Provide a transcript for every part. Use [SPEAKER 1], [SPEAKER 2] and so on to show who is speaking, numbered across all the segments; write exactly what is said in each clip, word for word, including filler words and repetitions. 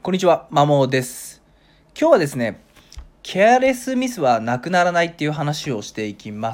[SPEAKER 1] こんにちは、マモです。今日はですね、ケアレスミスはなくならないっていう話をしていきます。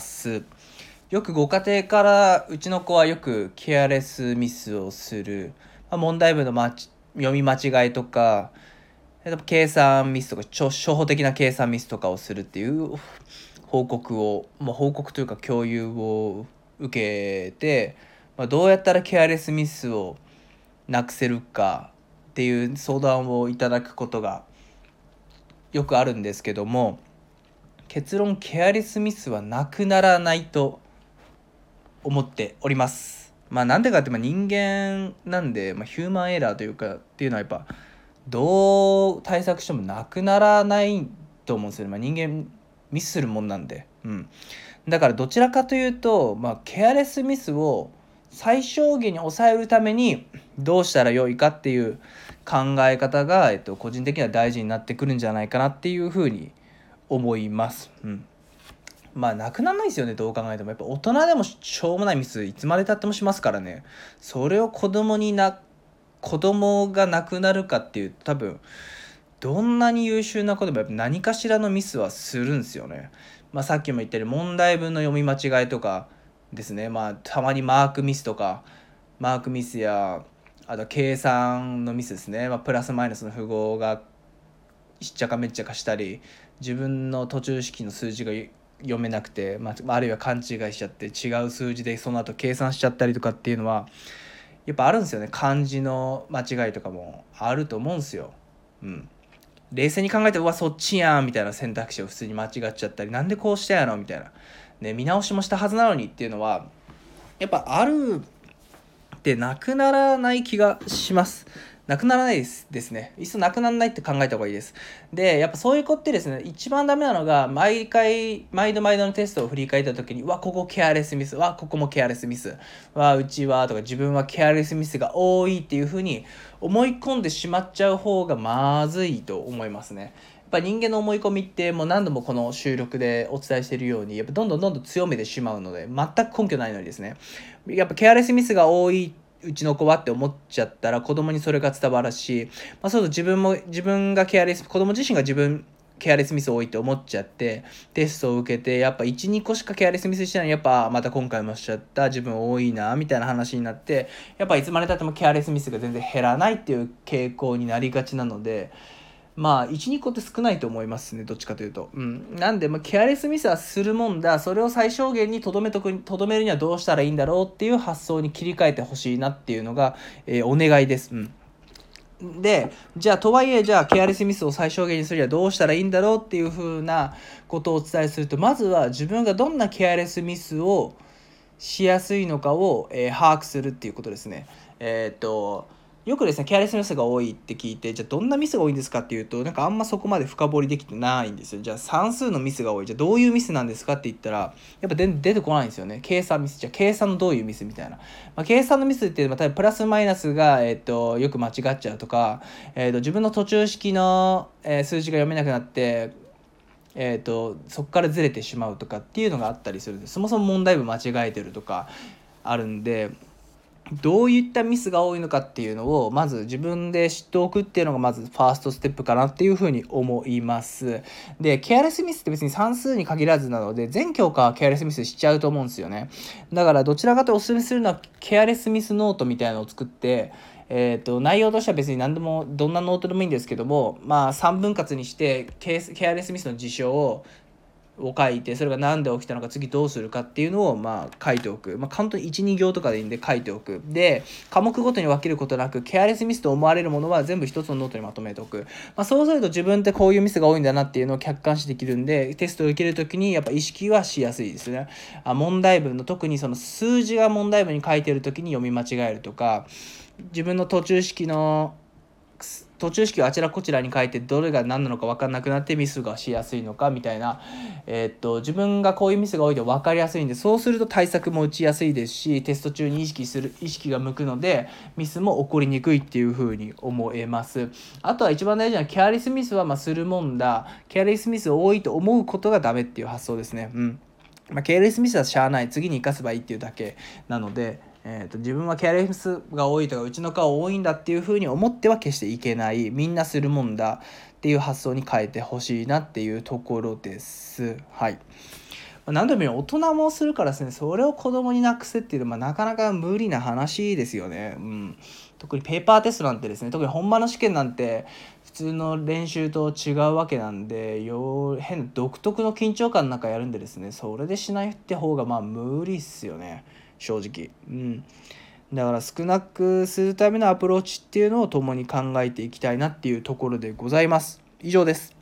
[SPEAKER 1] よくご家庭からうちの子はよくケアレスミスをする、まあ、問題文のまち読み間違いとか、計算ミスとか初初歩的な計算ミスとかをするっていう報告を、まあ、報告というか共有を受けて、まあ、どうやったらケアレスミスをなくせるかっていう相談をいただくことがよくあるんですけども、結論ケアレスミスはなくならないと思っております。まあなんでかって、まあ人間なんで、まあ、ヒューマンエラーというかっていうのはやっぱどう対策してもなくならないと思うんですよね。まあ、人間ミスするもんなんで、うん、だからどちらかというと、まあ、ケアレスミスを最小限に抑えるためにどうしたらよいかっていう考え方が、えっと、個人的には大事になってくるんじゃないかなっていうふうに思います。うん、まあなくならないですよね、どう考えても。やっぱ大人でもしょうもないミスいつまでたってもしますからね。それを子供にな子供がなくなるかっていうと、多分どんなに優秀な子でもやっぱ何かしらのミスはするんですよね。まあ、さっきも言ったように問題文の読み間違いとかですね、まあ、たまにマークミスとかマークミスやあと計算のミスですね、まあ、プラスマイナスの符号がしっちゃかめっちゃかしたり、自分の途中式の数字が読めなくて、まあ、あるいは勘違いしちゃって違う数字でその後計算しちゃったりとかっていうのはやっぱあるんですよね。漢字の間違いとかもあると思うんですよ。うん、冷静に考えてうわそっちやんみたいな選択肢を普通に間違っちゃったり、なんでこうしたやろみたいな、ね、見直しもしたはずなのにっていうのはやっぱあるってなくならない気がします。なくならないですですね。いっそなくならないって考えた方がいいです。で、やっぱそういう子ってですね、一番ダメなのが、毎回、毎度毎度のテストを振り返った時に、うわ、ここケアレスミス、わ、ここもケアレスミス、わ、うちは、とか自分はケアレスミスが多いっていう風に思い込んでしまっちゃう方がまずいと思いますね。やっぱ人間の思い込みってもう何度もこの収録でお伝えしているようにやっぱどんどんどんどん強めてしまうので、全く根拠ないのにですね、やっぱケアレスミスが多いうちの子はって思っちゃったら子供にそれが伝わるし、まあ、そうすると自分も自分がケアレス子供自身が自分ケアレスミス多いって思っちゃってテストを受けてやっぱいち、にこしかケアレスミスしてないのにやっぱまた今回もしちゃった自分多いなみたいな話になって、やっぱいつまでたってもケアレスミスが全然減らないっていう傾向になりがちなので、まあいち、にこって少ないと思いますね、どっちかというと。うん、なんで、まあ、ケアレスミスはするもんだ、それを最小限にとどめとくとどめるにはどうしたらいいんだろうっていう発想に切り替えてほしいなっていうのが、えー、お願いです。うんで、じゃあとはいえじゃあケアレスミスを最小限にするにはどうしたらいいんだろうっていう風なことをお伝えすると、まずは自分がどんなケアレスミスをしやすいのかを、えー、把握するっていうことですね。えー、っとよくですねケアレスミスが多いって聞いて、じゃあどんなミスが多いんですかっていうと、なんかあんまそこまで深掘りできてないんですよ。じゃあ算数のミスが多い、じゃあどういうミスなんですかって言ったらやっぱ出てこないんですよね。計算ミス、じゃあ計算のどういうミスみたいな、まあ、計算のミスっていうのは例えばプラスマイナスが、えー、っとよく間違っちゃうとか、えー、っと自分の途中式の、えー、数字が読めなくなってえーと、そこからずれてしまうとかっていうのがあったりするんで、そもそも問題文間違えてるとかあるんで、どういったミスが多いのかっていうのをまず自分で知っておくっていうのがまずファーストステップかなっていうふうに思います。で、ケアレスミスって別に算数に限らずなので全教科はケアレスミスしちゃうと思うんですよね。だからどちらかとお勧めするのはケアレスミスノートみたいなのを作って、えー、と内容としては別に何でもどんなノートでもいいんですけども、まあさんぶん割にしてケアレスミスの事象をを書いて、それが何で起きたのか次どうするかっていうのをまあ書いておく。まあ簡単にいち、に行とかでいいんで書いておく。で、科目ごとに分けることなくケアレスミスと思われるものは全部一つのノートにまとめておく。まあ、そうすると自分ってこういうミスが多いんだなっていうのを客観視できるんで、テストを受けるときにやっぱ意識はしやすいですね。あ問題文の特にその数字が問題文に書いてるときに読み間違えるとか、自分の途中式の途中式をあちらこちらに書いてどれが何なのか分かんなくなってミスがしやすいのかみたいな、えー、っと自分がこういうミスが多いと分かりやすいんで、そうすると対策も打ちやすいですし、テスト中に意識する意識が向くのでミスも起こりにくいっていう風に思えます。あとは一番大事なケアレスミスはまあするもんだ、ケアレスミス多いと思うことがダメっていう発想ですね。うんまあ、ケアレスミスはしゃあない、次に生かせばいいっていうだけなので、 えー、と自分はケアレスミスが多いとかうちの科は多いんだっていうふうに思っては決していけない、みんなするもんだっていう発想に変えてほしいなっていうところです。はい。何度も言う大人もするからですね、それを子供になくすっていうのは、まあ、なかなか無理な話ですよね。うん、特にペーパーテストなんてですね、特に本番の試験なんて普通の練習と違うわけなんで、よ変な独特の緊張感なんかやるんでですね、それでしないって方がまあ無理っすよね、正直。うん、だから少なくするためのアプローチっていうのを共に考えていきたいなっていうところでございます。以上です。